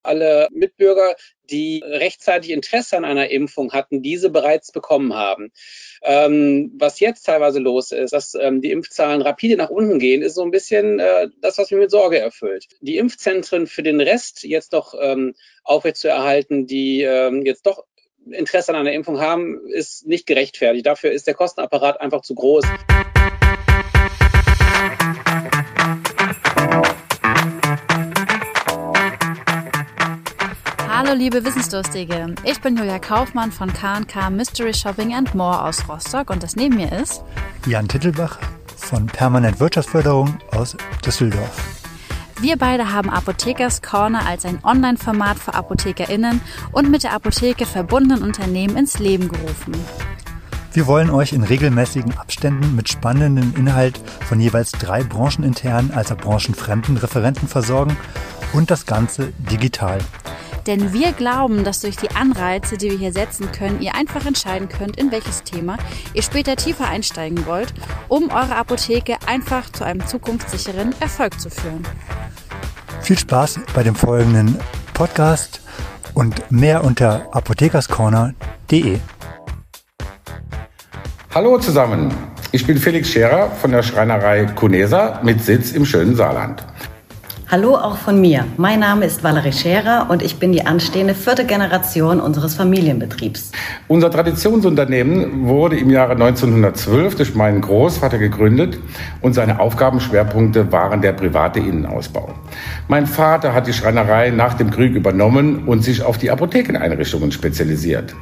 alle Mitbürger, die rechtzeitig Interesse an einer Impfung hatten, diese bereits bekommen haben. Was jetzt teilweise los ist, dass die Impfzahlen rapide nach unten gehen, ist so ein bisschen das, was mich mit Sorge erfüllt. Die Impfzentren für den Rest jetzt doch aufrechtzuerhalten, die jetzt doch Interesse an einer Impfung haben, ist nicht gerechtfertigt. Dafür ist der Kostenapparat einfach zu groß. Hallo liebe Wissensdurstige, ich bin Julia Kaufmann von K&K Mystery Shopping and More aus Rostock und das neben mir ist Jan Tittelbach von Permanent Wirtschaftsförderung aus Düsseldorf. Wir beide haben Apothekers Corner als ein Online-Format für ApothekerInnen und mit der Apotheke verbundenen Unternehmen ins Leben gerufen. Wir wollen euch in regelmäßigen Abständen mit spannenden Inhalt von jeweils 3 brancheninternen als auch branchenfremden Referenten versorgen und das Ganze digital. Denn wir glauben, dass durch die Anreize, die wir hier setzen können, ihr einfach entscheiden könnt, in welches Thema ihr später tiefer einsteigen wollt, um eure Apotheke einfach zu einem zukunftssicheren Erfolg zu führen. Viel Spaß bei dem folgenden Podcast und mehr unter apothekerscorner.de. Hallo zusammen, ich bin Felix Scherer von der Schreinerei Kunesa mit Sitz im schönen Saarland. Hallo auch von mir. Mein Name ist Valerie Scherer und ich bin die anstehende 4. Generation unseres Familienbetriebs. Unser Traditionsunternehmen wurde im Jahre 1912 durch meinen Großvater gegründet und seine Aufgabenschwerpunkte waren der private Innenausbau. Mein Vater hat die Schreinerei nach dem Krieg übernommen und sich auf die Apothekeneinrichtungen spezialisiert.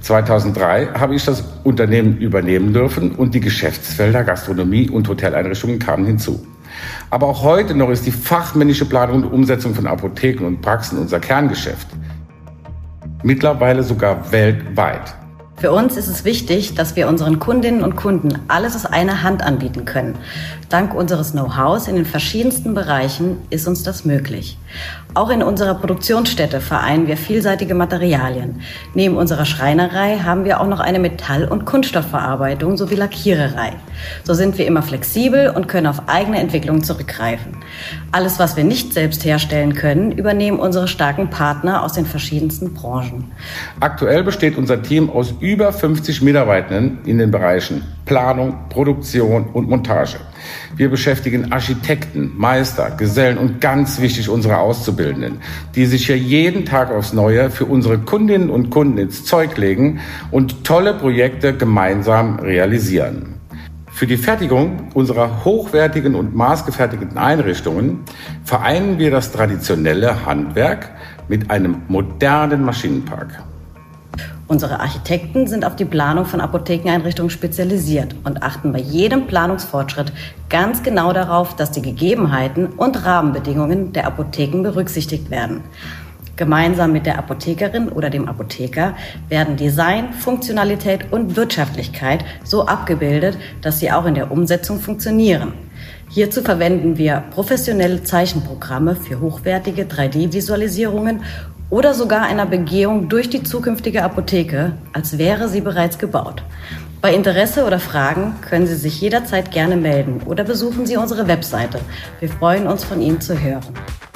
2003 habe ich das Unternehmen übernehmen dürfen und die Geschäftsfelder Gastronomie und Hoteleinrichtungen kamen hinzu. Aber auch heute noch ist die fachmännische Planung und Umsetzung von Apotheken und Praxen unser Kerngeschäft. Mittlerweile sogar weltweit. Für uns ist es wichtig, dass wir unseren Kundinnen und Kunden alles aus einer Hand anbieten können. Dank unseres Know-hows in den verschiedensten Bereichen ist uns das möglich. Auch in unserer Produktionsstätte vereinen wir vielseitige Materialien. Neben unserer Schreinerei haben wir auch noch eine Metall- und Kunststoffverarbeitung sowie Lackiererei. So sind wir immer flexibel und können auf eigene Entwicklung zurückgreifen. Alles, was wir nicht selbst herstellen können, übernehmen unsere starken Partner aus den verschiedensten Branchen. Aktuell besteht unser Team aus über 50 Mitarbeitenden in den Bereichen Planung, Produktion und Montage. Wir beschäftigen Architekten, Meister, Gesellen und ganz wichtig unsere Auszubildenden, die sich hier jeden Tag aufs Neue für unsere Kundinnen und Kunden ins Zeug legen und tolle Projekte gemeinsam realisieren. Für die Fertigung unserer hochwertigen und maßgefertigten Einrichtungen vereinen wir das traditionelle Handwerk mit einem modernen Maschinenpark. Unsere Architekten sind auf die Planung von Apothekeneinrichtungen spezialisiert und achten bei jedem Planungsfortschritt ganz genau darauf, dass die Gegebenheiten und Rahmenbedingungen der Apotheken berücksichtigt werden. Gemeinsam mit der Apothekerin oder dem Apotheker werden Design, Funktionalität und Wirtschaftlichkeit so abgebildet, dass sie auch in der Umsetzung funktionieren. Hierzu verwenden wir professionelle Zeichenprogramme für hochwertige 3D-Visualisierungen oder sogar einer Begehung durch die zukünftige Apotheke, als wäre sie bereits gebaut. Bei Interesse oder Fragen können Sie sich jederzeit gerne melden oder besuchen Sie unsere Webseite. Wir freuen uns, von Ihnen zu hören.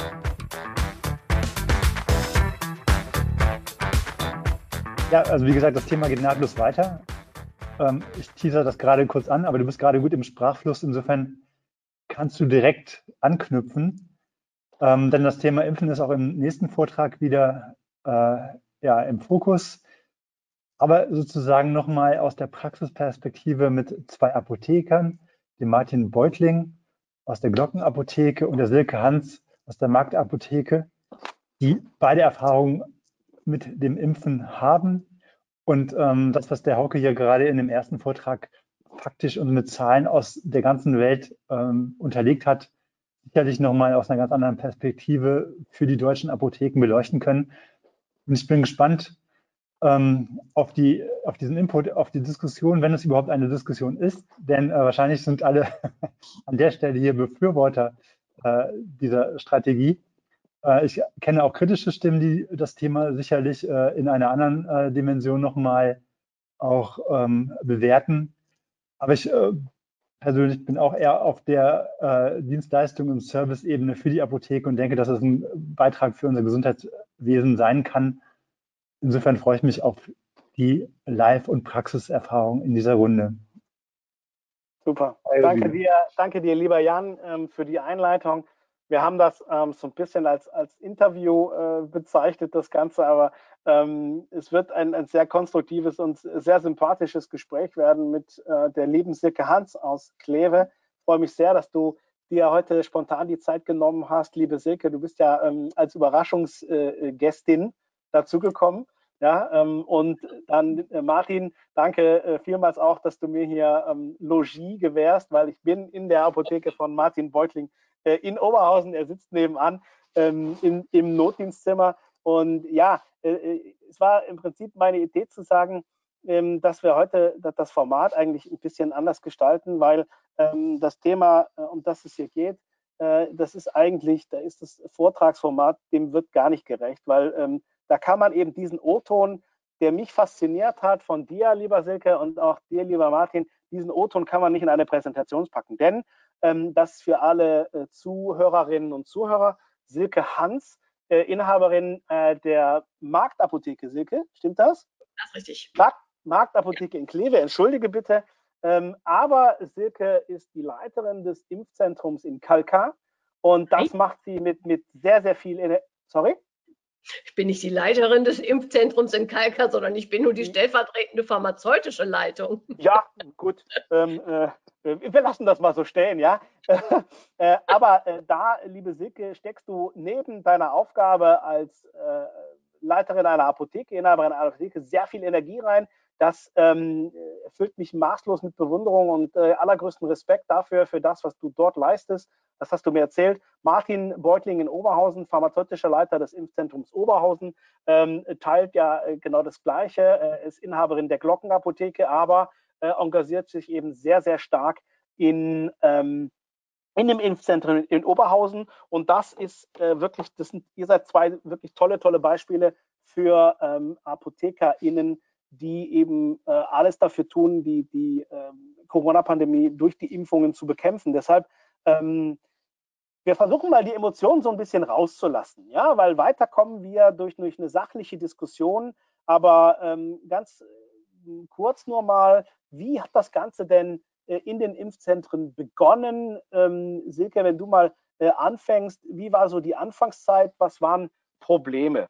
Ja, also wie gesagt, das Thema geht nahtlos weiter. Ich teaser das gerade kurz an, aber du bist gerade gut im Sprachfluss. Insofern kannst du direkt anknüpfen. Denn das Thema Impfen ist auch im nächsten Vortrag wieder im Fokus. Aber sozusagen nochmal aus der Praxisperspektive mit 2 Apothekern, dem Martin Beutling aus der Glockenapotheke und der Silke Hans aus der Marktapotheke, die beide Erfahrungen mit dem Impfen haben. Und das, was der Hauke hier gerade in dem ersten Vortrag faktisch und mit Zahlen aus der ganzen Welt unterlegt hat, sicherlich nochmal aus einer ganz anderen Perspektive für die deutschen Apotheken beleuchten können. Und ich bin gespannt auf diesen Input, auf die Diskussion, wenn es überhaupt eine Diskussion ist, denn wahrscheinlich sind alle an der Stelle hier Befürworter dieser Strategie. Ich kenne auch kritische Stimmen, die das Thema sicherlich in einer anderen Dimension nochmal auch bewerten. Aber ich persönlich bin auch eher auf der Dienstleistung und Service-Ebene für die Apotheke und denke, dass es ein Beitrag für unser Wesen sein kann. Insofern freue ich mich auf die Live- und Praxiserfahrung in dieser Runde. Super. Also, Danke dir, lieber Jan, für die Einleitung. Wir haben das so ein bisschen als Interview bezeichnet, das Ganze, aber es wird ein sehr konstruktives und sehr sympathisches Gespräch werden mit der lieben Silke Hans aus Kleve. Ich freue mich sehr, dass du dir heute spontan die Zeit genommen hast. Liebe Silke, du bist ja als Überraschungsgästin dazugekommen. Ja, und dann Martin, danke vielmals auch, dass du mir hier Logis gewährst, weil ich bin in der Apotheke von Martin Beutling in Oberhausen. Er sitzt nebenan im Notdienstzimmer. Und ja, es war im Prinzip meine Idee zu sagen, dass wir heute das Format eigentlich ein bisschen anders gestalten, weil das Thema, um das es hier geht, das ist eigentlich, da ist das Vortragsformat, dem wird gar nicht gerecht, weil da kann man eben diesen O-Ton, der mich fasziniert hat, von dir, lieber Silke, und auch dir, lieber Martin, diesen O-Ton kann man nicht in eine Präsentation packen. Denn das für alle Zuhörerinnen und Zuhörer, Silke Hans, Inhaberin der Marktapotheke. Silke, stimmt das? Das ist richtig. Marktapotheke in Kleve, entschuldige bitte. Aber Silke ist die Leiterin des Impfzentrums in Kalkar und das macht sie mit sehr, sehr viel Sorry? Ich bin nicht die Leiterin des Impfzentrums in Kalkar, sondern ich bin nur die stellvertretende pharmazeutische Leitung. Ja, gut. Wir lassen das mal so stehen, ja. Aber da, liebe Silke, steckst du neben deiner Aufgabe als Leiterin einer Apotheke, Inhaberin einer Apotheke, sehr viel Energie rein. Das erfüllt mich maßlos mit Bewunderung und allergrößten Respekt dafür, für das, was du dort leistest. Das hast du mir erzählt. Martin Beutling in Oberhausen, pharmazeutischer Leiter des Impfzentrums Oberhausen, teilt ja genau das Gleiche, ist Inhaberin der Glockenapotheke, aber engagiert sich eben sehr, sehr stark in dem Impfzentrum in Oberhausen. Und das ist wirklich, ihr seid zwei wirklich tolle Beispiele für ApothekerInnen, die eben alles dafür tun, die Corona-Pandemie durch die Impfungen zu bekämpfen. Deshalb wir versuchen mal die Emotionen so ein bisschen rauszulassen, ja, weil weiter kommen wir durch eine sachliche Diskussion, aber ganz kurz nur mal, wie hat das Ganze denn in den Impfzentren begonnen? Silke, wenn du mal anfängst, wie war so die Anfangszeit, was waren Probleme?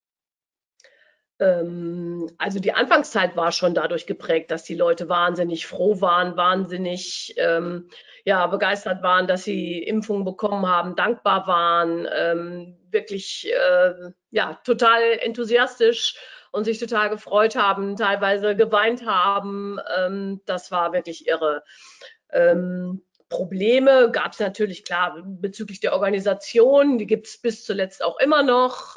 Also die Anfangszeit war schon dadurch geprägt, dass die Leute wahnsinnig froh waren, wahnsinnig begeistert waren, dass sie Impfungen bekommen haben, dankbar waren, wirklich total enthusiastisch und sich total gefreut haben, teilweise geweint haben. Das war wirklich irre. Probleme gab es natürlich, klar, bezüglich der Organisation, die gibt es bis zuletzt auch immer noch,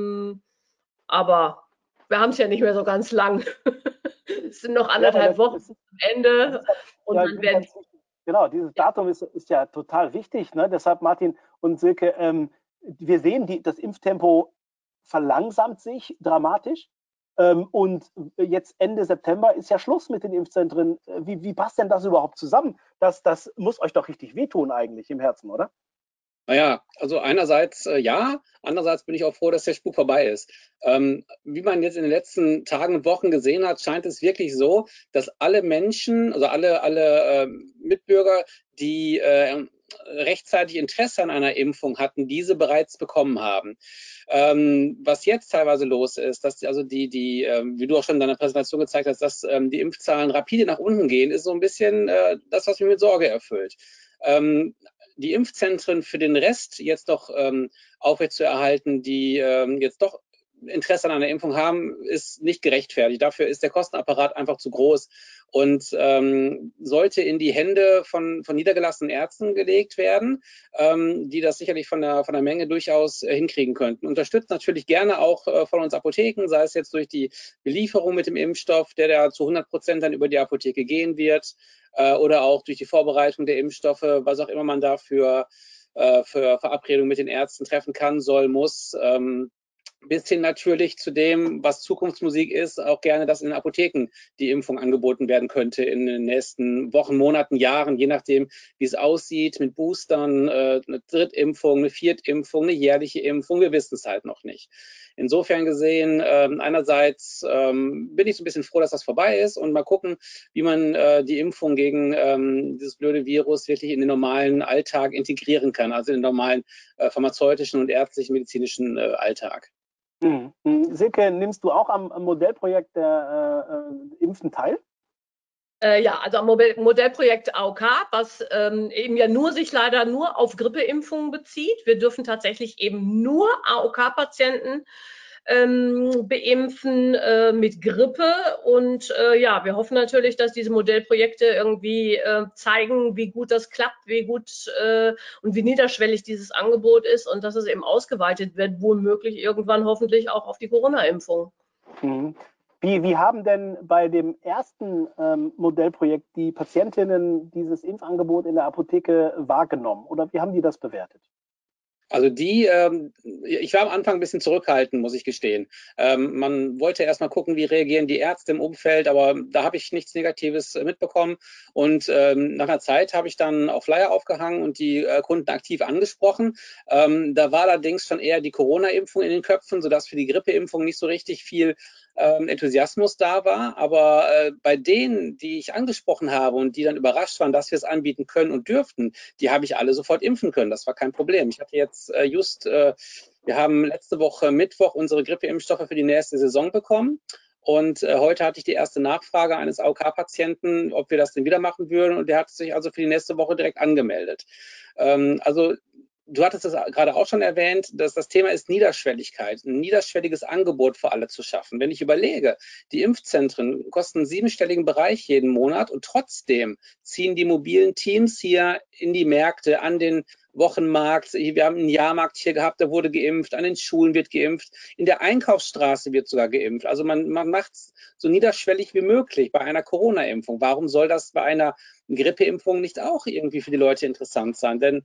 aber wir haben es ja nicht mehr so ganz lang. Es sind noch anderthalb Wochen zum Ende. Und dann werden genau, dieses Datum ist ja total wichtig. Ne? Deshalb, Martin und Silke, wir sehen, das Impftempo verlangsamt sich dramatisch. Und jetzt Ende September ist ja Schluss mit den Impfzentren. Wie passt denn das überhaupt zusammen? Das muss euch doch richtig wehtun eigentlich im Herzen, oder? Naja, also einerseits ja, andererseits bin ich auch froh, dass der Spuk vorbei ist. Wie man jetzt in den letzten Tagen und Wochen gesehen hat, scheint es wirklich so, dass alle Menschen, also alle Mitbürger, die rechtzeitig Interesse an einer Impfung hatten, diese bereits bekommen haben. Was jetzt teilweise los ist, dass also wie du auch schon in deiner Präsentation gezeigt hast, dass die Impfzahlen rapide nach unten gehen, ist so ein bisschen das, was mich mit Sorge erfüllt. Die Impfzentren für den Rest jetzt doch aufrechtzuerhalten, die jetzt doch Interesse an einer Impfung haben, ist nicht gerechtfertigt. Dafür ist der Kostenapparat einfach zu groß und sollte in die Hände von niedergelassenen Ärzten gelegt werden, die das sicherlich von der Menge durchaus hinkriegen könnten. Unterstützt natürlich gerne auch von uns Apotheken, sei es jetzt durch die Belieferung mit dem Impfstoff, der zu 100% dann über die Apotheke gehen wird, oder auch durch die Vorbereitung der Impfstoffe, was auch immer man da für Verabredungen mit den Ärzten treffen kann, soll, muss. Bis hin natürlich zu dem, was Zukunftsmusik ist, auch gerne, dass in den Apotheken die Impfung angeboten werden könnte in den nächsten Wochen, Monaten, Jahren, je nachdem, wie es aussieht, mit Boostern, eine Drittimpfung, eine Viertimpfung, eine jährliche Impfung, wir wissen es halt noch nicht. insofern gesehen, einerseits bin ich so ein bisschen froh, dass das vorbei ist und mal gucken, wie man die Impfung gegen dieses blöde Virus wirklich in den normalen Alltag integrieren kann, also in den normalen pharmazeutischen und ärztlichen, medizinischen Alltag. Silke, nimmst du auch am Modellprojekt der Impfen teil? Ja, also am Modellprojekt AOK, was eben ja sich leider nur auf Grippeimpfungen bezieht. Wir dürfen tatsächlich eben nur AOK-Patienten beimpfen mit Grippe. Und ja, wir hoffen natürlich, dass diese Modellprojekte irgendwie zeigen, wie gut das klappt, wie gut und wie niederschwellig dieses Angebot ist und dass es eben ausgeweitet wird, womöglich irgendwann hoffentlich auch auf die Corona-Impfung. Wie haben denn bei dem ersten Modellprojekt die Patientinnen dieses Impfangebot in der Apotheke wahrgenommen oder wie haben die das bewertet? Also ich war am Anfang ein bisschen zurückhaltend, muss ich gestehen. Man wollte erst mal gucken, wie reagieren die Ärzte im Umfeld, aber da habe ich nichts Negatives mitbekommen. Und nach einer Zeit habe ich dann auch Flyer aufgehangen und die Kunden aktiv angesprochen. Da war allerdings schon eher die Corona-Impfung in den Köpfen, sodass für die Grippeimpfung nicht so richtig viel Enthusiasmus da war. Aber bei denen, die ich angesprochen habe und die dann überrascht waren, dass wir es anbieten können und dürften, die habe ich alle sofort impfen können. Das war kein Problem. Ich hatte jetzt wir haben letzte Woche Mittwoch unsere Grippeimpfstoffe für die nächste Saison bekommen. Und heute hatte ich die erste Nachfrage eines AOK-Patienten, ob wir das denn wieder machen würden. Und der hat sich also für die nächste Woche direkt angemeldet. Also du hattest es gerade auch schon erwähnt, dass das Thema ist Niederschwelligkeit, ein niederschwelliges Angebot für alle zu schaffen. Wenn ich überlege, die Impfzentren kosten einen 7-stelligen Bereich jeden Monat und trotzdem ziehen die mobilen Teams hier in die Märkte, an den Wochenmarkt. Wir haben einen Jahrmarkt hier gehabt, da wurde geimpft, an den Schulen wird geimpft, in der Einkaufsstraße wird sogar geimpft. Also man macht es so niederschwellig wie möglich bei einer Corona-Impfung. Warum soll das bei einer Grippeimpfung nicht auch irgendwie für die Leute interessant sein? Denn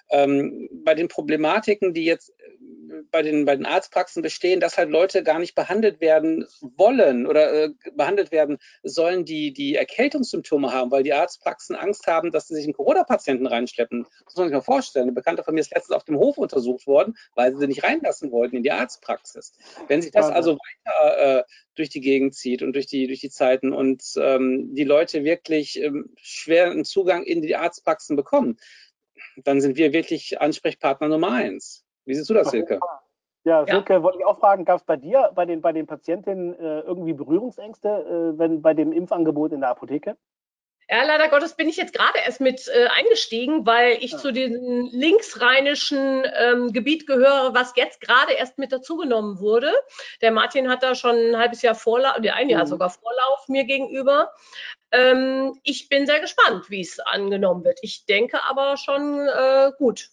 bei den Problematiken, die jetzt bei den Arztpraxen bestehen, dass halt Leute gar nicht behandelt werden wollen oder behandelt werden sollen, die Erkältungssymptome haben, weil die Arztpraxen Angst haben, dass sie sich einen Corona-Patienten reinschleppen. Das muss man sich mal vorstellen. Eine Bekannte von mir ist letztens auf dem Hof untersucht worden, weil sie nicht reinlassen wollten in die Arztpraxis. Wenn sich das also weiter durch die Gegend zieht und durch die Zeiten und die Leute wirklich schwer einen Zugang in die Arztpraxen bekommen, dann sind wir wirklich Ansprechpartner Nummer 1. Wie siehst du das, Silke? Ja, Silke, wollte ich auch fragen, gab es bei dir, bei den Patientinnen irgendwie Berührungsängste bei dem Impfangebot in der Apotheke? Ja, leider Gottes bin ich jetzt gerade erst mit eingestiegen, weil ich zu diesem linksrheinischen Gebiet gehöre, was jetzt gerade erst mit dazugenommen wurde. Der Martin hat da schon ein halbes Jahr Vorlauf, oder ein Jahr sogar Vorlauf mir gegenüber. Ich bin sehr gespannt, wie es angenommen wird. Ich denke aber schon gut.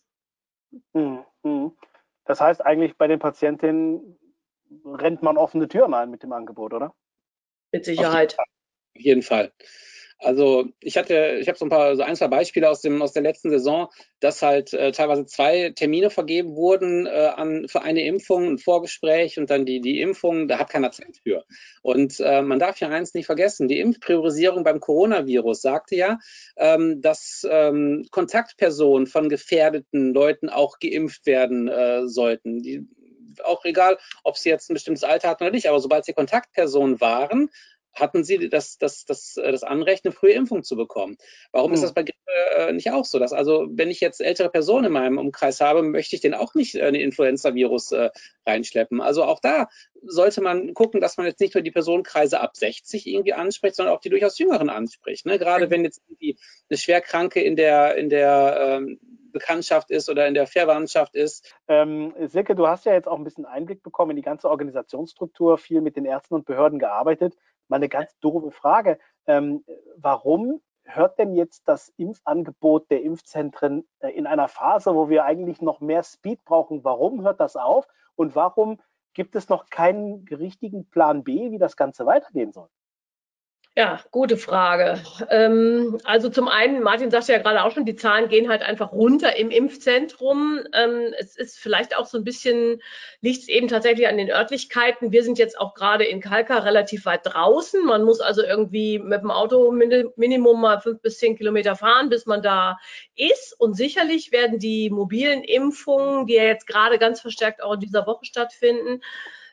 Das heißt eigentlich, bei den Patientinnen rennt man offene Türen ein mit dem Angebot, oder? Mit Sicherheit. Auf jeden Fall. Also ich habe so ein, 2 Beispiele aus der letzten Saison, dass halt teilweise 2 Termine vergeben wurden für eine Impfung, ein Vorgespräch und dann die Impfung, da hat keiner Zeit für. Und man darf ja eins nicht vergessen, die Impfpriorisierung beim Coronavirus sagte ja, dass Kontaktpersonen von gefährdeten Leuten auch geimpft werden sollten. Auch egal, ob sie jetzt ein bestimmtes Alter hatten oder nicht, aber sobald sie Kontaktpersonen waren, hatten sie das Anrecht, eine frühe Impfung zu bekommen. Warum ist das bei Grippe nicht auch so? Dass also, wenn ich jetzt ältere Personen in meinem Umkreis habe, möchte ich denen auch nicht ein Influenza-Virus reinschleppen. Also auch da sollte man gucken, dass man jetzt nicht nur die Personenkreise ab 60 irgendwie anspricht, sondern auch die durchaus Jüngeren anspricht. Ne? Gerade wenn jetzt irgendwie eine Schwerkranke in der Bekanntschaft ist oder in der Verwandtschaft ist. Silke, du hast ja jetzt auch ein bisschen Einblick bekommen in die ganze Organisationsstruktur, viel mit den Ärzten und Behörden gearbeitet. Mal eine ganz doofe Frage. Warum hört denn jetzt das Impfangebot der Impfzentren in einer Phase, wo wir eigentlich noch mehr Speed brauchen? Warum hört das auf? Und warum gibt es noch keinen richtigen Plan B, wie das Ganze weitergehen soll? Ja, gute Frage. Also zum einen, Martin sagte ja gerade auch schon, die Zahlen gehen halt einfach runter im Impfzentrum. Es ist vielleicht auch so ein bisschen, liegt es eben tatsächlich an den Örtlichkeiten. Wir sind jetzt auch gerade in Kalka relativ weit draußen. Man muss also irgendwie mit dem Auto Minimum mal 5 bis 10 Kilometer fahren, bis man da ist. Und sicherlich werden die mobilen Impfungen, die ja jetzt gerade ganz verstärkt auch in dieser Woche stattfinden,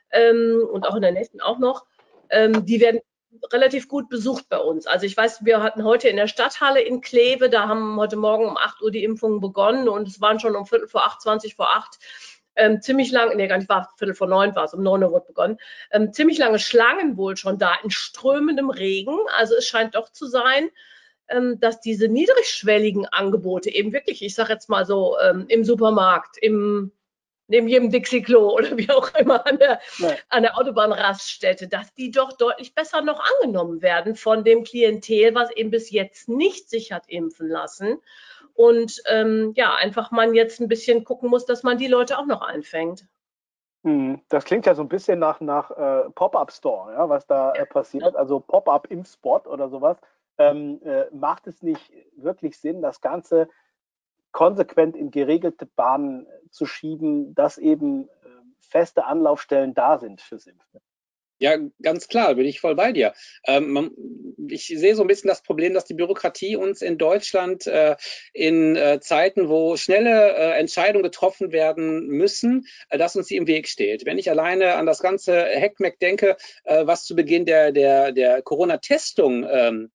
und auch in der nächsten auch noch, die werden relativ gut besucht bei uns. Also ich weiß, wir hatten heute in der Stadthalle in Kleve, da haben heute Morgen um 8 Uhr die Impfungen begonnen und es waren schon um 7:45, 20 vor 8, ziemlich lang, nee, gar nicht, war 8:45 war es, um 9 Uhr wurde begonnen, ziemlich lange Schlangen wohl schon da in strömendem Regen. Also es scheint doch zu sein, dass diese niedrigschwelligen Angebote eben wirklich, ich sage jetzt mal so, im Supermarkt, neben jedem Dixie-Klo oder wie auch immer an der Autobahnraststätte, dass die doch deutlich besser noch angenommen werden von dem Klientel, was eben bis jetzt nicht sich hat impfen lassen. Und einfach man jetzt ein bisschen gucken muss, dass man die Leute auch noch einfängt. Das klingt ja so ein bisschen nach Pop-Up-Store, ja, was da passiert, also Pop-Up-Impfspot oder sowas. Macht es nicht wirklich Sinn, das Ganze konsequent in geregelte Bahnen zu schieben, dass eben feste Anlaufstellen da sind fürs Impfen? Ja, ganz klar, bin ich voll bei dir. Ich sehe so ein bisschen das Problem, dass die Bürokratie uns in Deutschland in Zeiten, wo schnelle Entscheidungen getroffen werden müssen, dass uns die im Weg steht. Wenn ich alleine an das ganze Heckmeck denke, was zu Beginn der Corona-Testung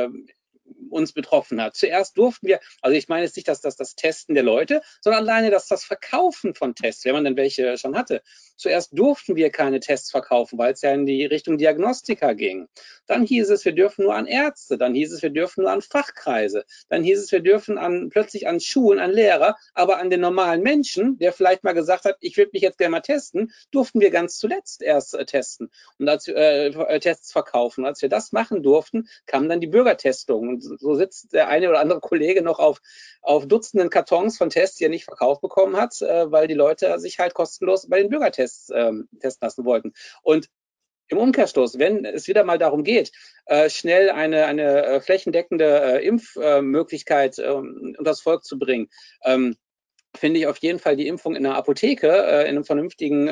uns betroffen hat. Zuerst durften wir, also ich meine jetzt nicht, dass das Testen der Leute, sondern alleine das Verkaufen von Tests, wenn man denn welche schon hatte. Zuerst durften wir keine Tests verkaufen, weil es ja in die Richtung Diagnostika ging. Dann hieß es, wir dürfen nur an Ärzte, dann hieß es, wir dürfen nur an Fachkreise, dann hieß es, wir dürfen plötzlich an Schulen, an Lehrer, aber an den normalen Menschen, der vielleicht mal gesagt hat, ich will mich jetzt gerne mal testen, durften wir ganz zuletzt erst testen und Tests verkaufen. Und als wir das machen durften, kam dann die Bürgertestung. Und so sitzt der eine oder andere Kollege noch auf Dutzenden Kartons von Tests, die er nicht verkauft bekommen hat, weil die Leute sich halt kostenlos bei den Bürgertests testen lassen wollten. Und im Umkehrschluss, wenn es wieder mal darum geht, schnell eine flächendeckende Impfmöglichkeit unters Volk zu bringen, finde ich auf jeden Fall die Impfung in der Apotheke, in einem vernünftigen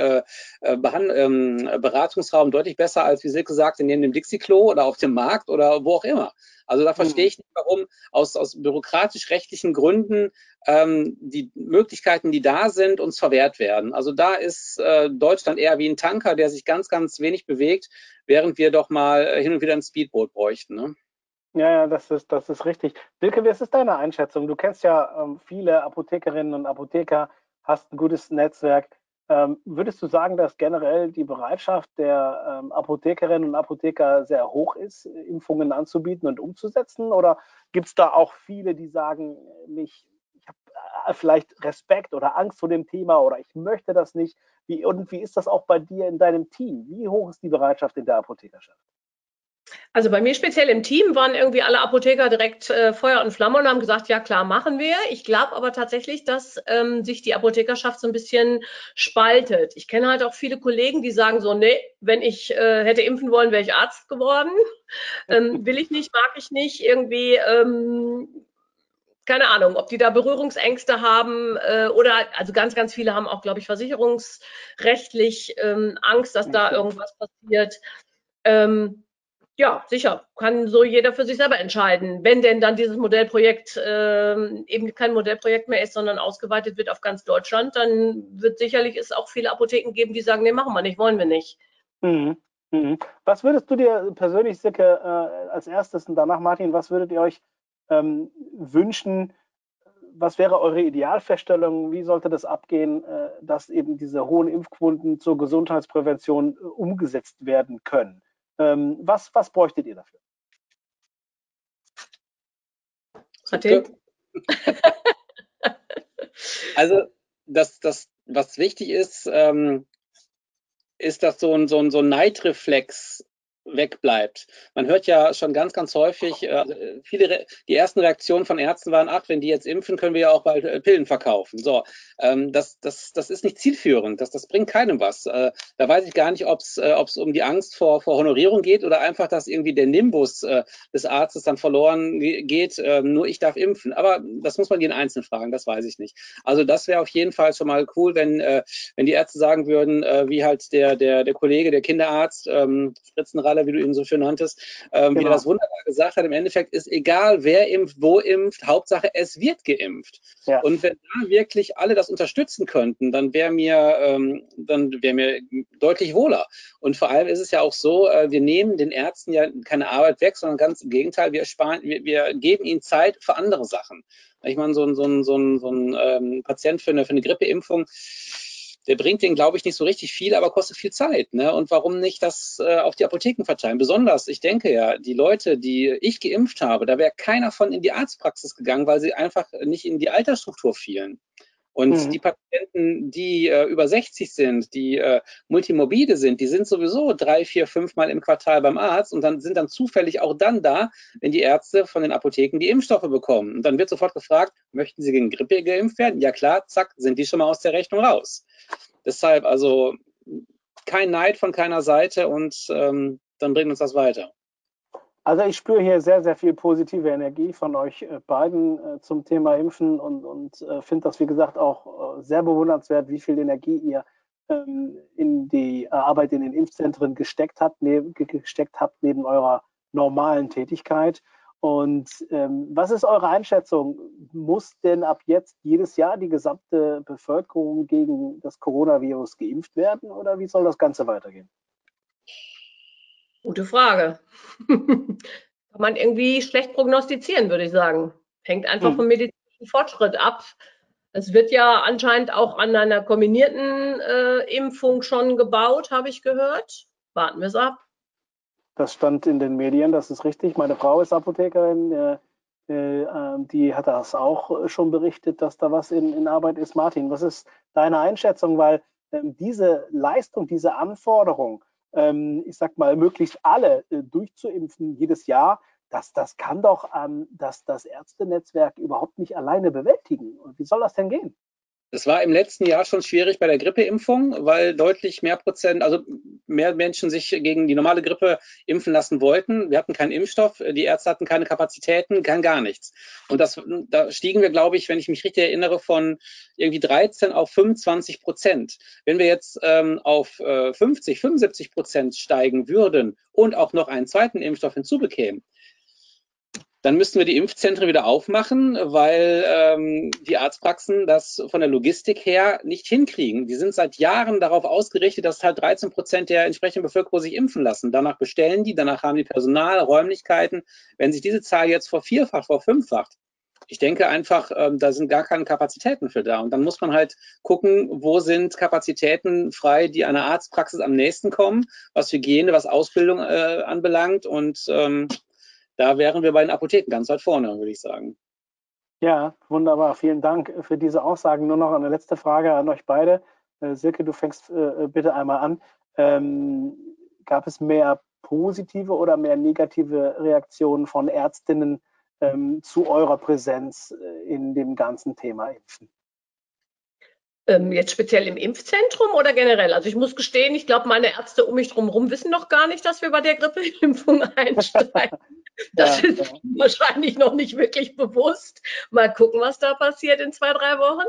Beratungsraum deutlich besser als, wie Silke sagte, neben dem Dixie-Klo oder auf dem Markt oder wo auch immer. Also da verstehe ich nicht, warum aus bürokratisch-rechtlichen Gründen die Möglichkeiten, die da sind, uns verwehrt werden. Also da ist Deutschland eher wie ein Tanker, der sich ganz, ganz wenig bewegt, während wir doch mal hin und wieder ein Speedboot bräuchten, ne? Ja, das ist richtig. Silke, wie ist deine Einschätzung? Du kennst ja viele Apothekerinnen und Apotheker, hast ein gutes Netzwerk. Würdest du sagen, dass generell die Bereitschaft der Apothekerinnen und Apotheker sehr hoch ist, Impfungen anzubieten und umzusetzen? Oder gibt es da auch viele, die sagen, ich habe vielleicht Respekt oder Angst vor dem Thema oder ich möchte das nicht? Wie ist das auch bei dir in deinem Team? Wie hoch ist die Bereitschaft in der Apothekerschaft? Also bei mir speziell im Team waren irgendwie alle Apotheker direkt Feuer und Flamme und haben gesagt, ja klar, machen wir. Ich glaube aber tatsächlich, dass sich die Apothekerschaft so ein bisschen spaltet. Ich kenne halt auch viele Kollegen, die sagen so, nee, wenn ich hätte impfen wollen, wäre ich Arzt geworden. Will ich nicht, mag ich nicht, irgendwie, keine Ahnung, ob die da Berührungsängste haben oder, also ganz, ganz viele haben auch, glaube ich, versicherungsrechtlich Angst, dass da irgendwas passiert. Ja, sicher, kann so jeder für sich selber entscheiden. Wenn denn dann dieses Modellprojekt eben kein Modellprojekt mehr ist, sondern ausgeweitet wird auf ganz Deutschland, dann wird sicherlich es auch viele Apotheken geben, die sagen, nee, machen wir nicht, wollen wir nicht. Was würdest du dir persönlich, Silke, als erstes und danach Martin, was würdet ihr euch wünschen? Was wäre eure Idealvorstellung? Wie sollte das abgehen, dass eben diese hohen Impfquoten zur Gesundheitsprävention umgesetzt werden können? Was bräuchtet ihr dafür? Also was wichtig ist, ist, dass so ein Neidreflex wegbleibt. Man hört ja schon ganz, ganz häufig, die ersten Reaktionen von Ärzten waren, ach, wenn die jetzt impfen, können wir ja auch bald Pillen verkaufen. So, das ist nicht zielführend, das bringt keinem was. Da weiß ich gar nicht, ob es um die Angst vor Honorierung geht oder einfach, dass irgendwie der Nimbus des Arztes dann verloren geht, nur ich darf impfen. Aber das muss man jeden Einzelnen fragen, das weiß ich nicht. Also das wäre auf jeden Fall schon mal cool, wenn die Ärzte sagen würden, wie halt der Kollege, der Kinderarzt, Spritzenralle Steuerzahler, wie du ihn so schön nanntest, wie er Genau. das wunderbar gesagt hat. Im Endeffekt ist egal, wer impft, wo impft, Hauptsache es wird geimpft. Ja. Und wenn da wirklich alle das unterstützen könnten, dann wäre mir deutlich wohler. Und vor allem ist es ja auch so, wir nehmen den Ärzten ja keine Arbeit weg, sondern ganz im Gegenteil, wir geben ihnen Zeit für andere Sachen. Ich meine, so ein Patient für eine Grippeimpfung, der bringt denen, glaube ich, nicht so richtig viel, aber kostet viel Zeit. Ne? Und warum nicht das auf die Apotheken verteilen? Besonders, ich denke ja, die Leute, die ich geimpft habe, da wäre keiner von in die Arztpraxis gegangen, weil sie einfach nicht in die Altersstruktur fielen. Und die Patienten, die über 60 sind, die multimorbide sind, die sind sowieso 3, 4, 5 Mal im Quartal beim Arzt und sind dann zufällig auch dann da, wenn die Ärzte von den Apotheken die Impfstoffe bekommen. Und dann wird sofort gefragt, möchten Sie gegen Grippe geimpft werden? Ja klar, zack, sind die schon mal aus der Rechnung raus. Deshalb also kein Neid von keiner Seite und dann bringt uns das weiter. Also ich spüre hier sehr, sehr viel positive Energie von euch beiden zum Thema Impfen und finde das, wie gesagt, auch sehr bewundernswert, wie viel Energie ihr in die Arbeit in den Impfzentren gesteckt habt neben eurer normalen Tätigkeit. Und was ist eure Einschätzung? Muss denn ab jetzt jedes Jahr die gesamte Bevölkerung gegen das Coronavirus geimpft werden oder wie soll das Ganze weitergehen? Gute Frage. Kann man irgendwie schlecht prognostizieren, würde ich sagen. Hängt einfach vom medizinischen Fortschritt ab. Es wird ja anscheinend auch an einer kombinierten Impfung schon gebaut, habe ich gehört. Warten wir es ab. Das stand in den Medien, das ist richtig. Meine Frau ist Apothekerin, die hat das auch schon berichtet, dass da was in Arbeit ist. Martin, was ist deine Einschätzung? Weil diese Leistung, diese Anforderung, ich sag mal, möglichst alle durchzuimpfen jedes Jahr, das kann doch das Ärztenetzwerk überhaupt nicht alleine bewältigen. Und wie soll das denn gehen? Es war im letzten Jahr schon schwierig bei der Grippeimpfung, weil deutlich mehr Prozent, also mehr Menschen sich gegen die normale Grippe impfen lassen wollten. Wir hatten keinen Impfstoff, die Ärzte hatten keine Kapazitäten, gar nichts. Und da stiegen wir, glaube ich, wenn ich mich richtig erinnere, von irgendwie 13 auf 25%. Wenn wir jetzt auf 50, 75% steigen würden und auch noch einen zweiten Impfstoff hinzubekämen, dann müssten wir die Impfzentren wieder aufmachen, weil die Arztpraxen das von der Logistik her nicht hinkriegen. Die sind seit Jahren darauf ausgerichtet, dass halt 13% der entsprechenden Bevölkerung sich impfen lassen. Danach bestellen die, danach haben die Personal, Räumlichkeiten. Wenn sich diese Zahl jetzt vervierfacht, verfünffacht, ich denke einfach, da sind gar keine Kapazitäten für da. Und dann muss man halt gucken, wo sind Kapazitäten frei, die einer Arztpraxis am nächsten kommen, was Hygiene, was Ausbildung anbelangt. Und da wären wir bei den Apotheken ganz weit vorne, würde ich sagen. Ja, wunderbar. Vielen Dank für diese Aussagen. Nur noch eine letzte Frage an euch beide. Silke, du fängst bitte einmal an. Gab es mehr positive oder mehr negative Reaktionen von Ärztinnen zu eurer Präsenz in dem ganzen Thema Impfen? Jetzt speziell im Impfzentrum oder generell? Also ich muss gestehen, ich glaube, meine Ärzte um mich drumherum wissen noch gar nicht, dass wir bei der Grippeimpfung einsteigen. Das ist wahrscheinlich noch nicht wirklich bewusst. Mal gucken, was da passiert in 2, 3 Wochen.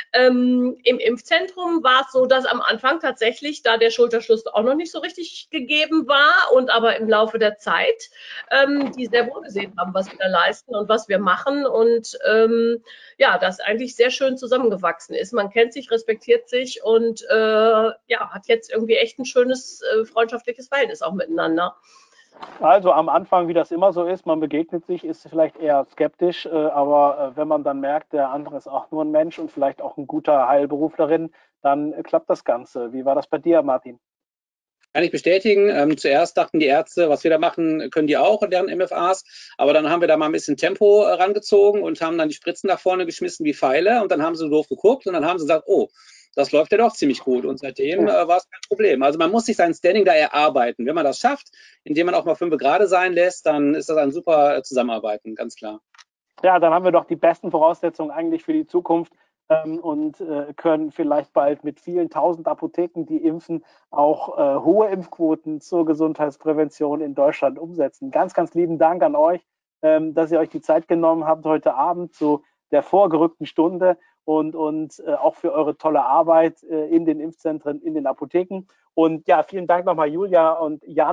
Im Impfzentrum war es so, dass am Anfang tatsächlich, da der Schulterschluss auch noch nicht so richtig gegeben war und aber im Laufe der Zeit, die sehr wohl gesehen haben, was wir da leisten und was wir machen und das eigentlich sehr schön zusammengewachsen ist. Man kennt sich, respektiert sich und hat jetzt irgendwie echt ein schönes freundschaftliches Verhältnis auch miteinander. Also am Anfang, wie das immer so ist, man begegnet sich, ist vielleicht eher skeptisch, aber wenn man dann merkt, der andere ist auch nur ein Mensch und vielleicht auch ein guter Heilberuflerin, dann klappt das Ganze. Wie war das bei dir, Martin? Kann ich bestätigen. Zuerst dachten die Ärzte, was wir da machen, können die auch in deren MFAs. Aber dann haben wir da mal ein bisschen Tempo rangezogen und haben dann die Spritzen nach vorne geschmissen wie Pfeile. Und dann haben sie doof geguckt und dann haben sie gesagt, oh, das läuft ja doch ziemlich gut. Und seitdem war es kein Problem. Also man muss sich sein Standing da erarbeiten. Wenn man das schafft, indem man auch mal 5 Grad sein lässt, dann ist das ein super Zusammenarbeiten, ganz klar. Ja, dann haben wir doch die besten Voraussetzungen eigentlich für die Zukunft und können vielleicht bald mit vielen 1000 Apotheken, die impfen, auch hohe Impfquoten zur Gesundheitsprävention in Deutschland umsetzen. Ganz, ganz lieben Dank an euch, dass ihr euch die Zeit genommen habt heute Abend zu der vorgerückten Stunde und auch für eure tolle Arbeit in den Impfzentren, in den Apotheken. Und ja, vielen Dank nochmal Julia und Jan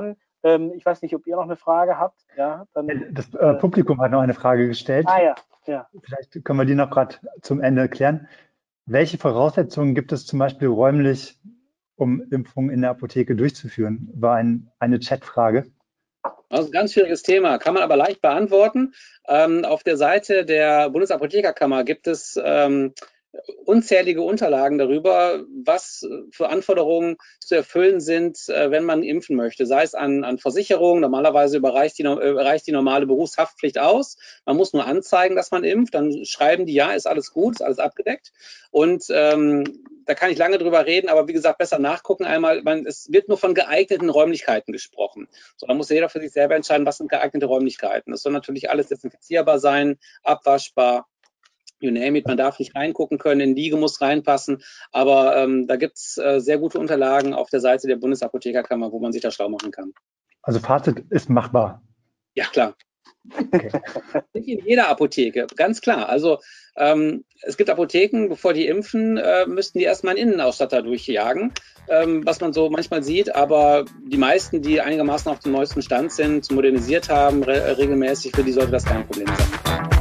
Ich weiß nicht, ob ihr noch eine Frage habt. Ja, dann, das Publikum hat noch eine Frage gestellt. Ja. Vielleicht können wir die noch gerade zum Ende klären. Welche Voraussetzungen gibt es zum Beispiel räumlich, um Impfungen in der Apotheke durchzuführen? War eine Chatfrage. Das ist ein ganz schwieriges Thema, kann man aber leicht beantworten. Auf der Seite der Bundesapothekerkammer gibt es unzählige Unterlagen darüber, was für Anforderungen zu erfüllen sind, wenn man impfen möchte. Sei es an Versicherungen, normalerweise reicht die normale Berufshaftpflicht aus. Man muss nur anzeigen, dass man impft, dann schreiben die, ja, ist alles gut, ist alles abgedeckt. Und da kann ich lange drüber reden, aber wie gesagt, besser nachgucken einmal. Es wird nur von geeigneten Räumlichkeiten gesprochen. So, da muss jeder für sich selber entscheiden, was sind geeignete Räumlichkeiten. Das soll natürlich alles desinfizierbar sein, abwaschbar. You name it, man darf nicht reingucken können, in Liege muss reinpassen, aber da gibt es sehr gute Unterlagen auf der Seite der Bundesapothekerkammer, wo man sich da schlau machen kann. Also Fazit ist machbar. Ja, klar. Okay. Nicht in jeder Apotheke, ganz klar. Also es gibt Apotheken, bevor die impfen, müssten die erstmal einen Innenausstatter durchjagen, was man so manchmal sieht, aber die meisten, die einigermaßen auf dem neuesten Stand sind, modernisiert haben, regelmäßig, für die sollte das kein Problem sein.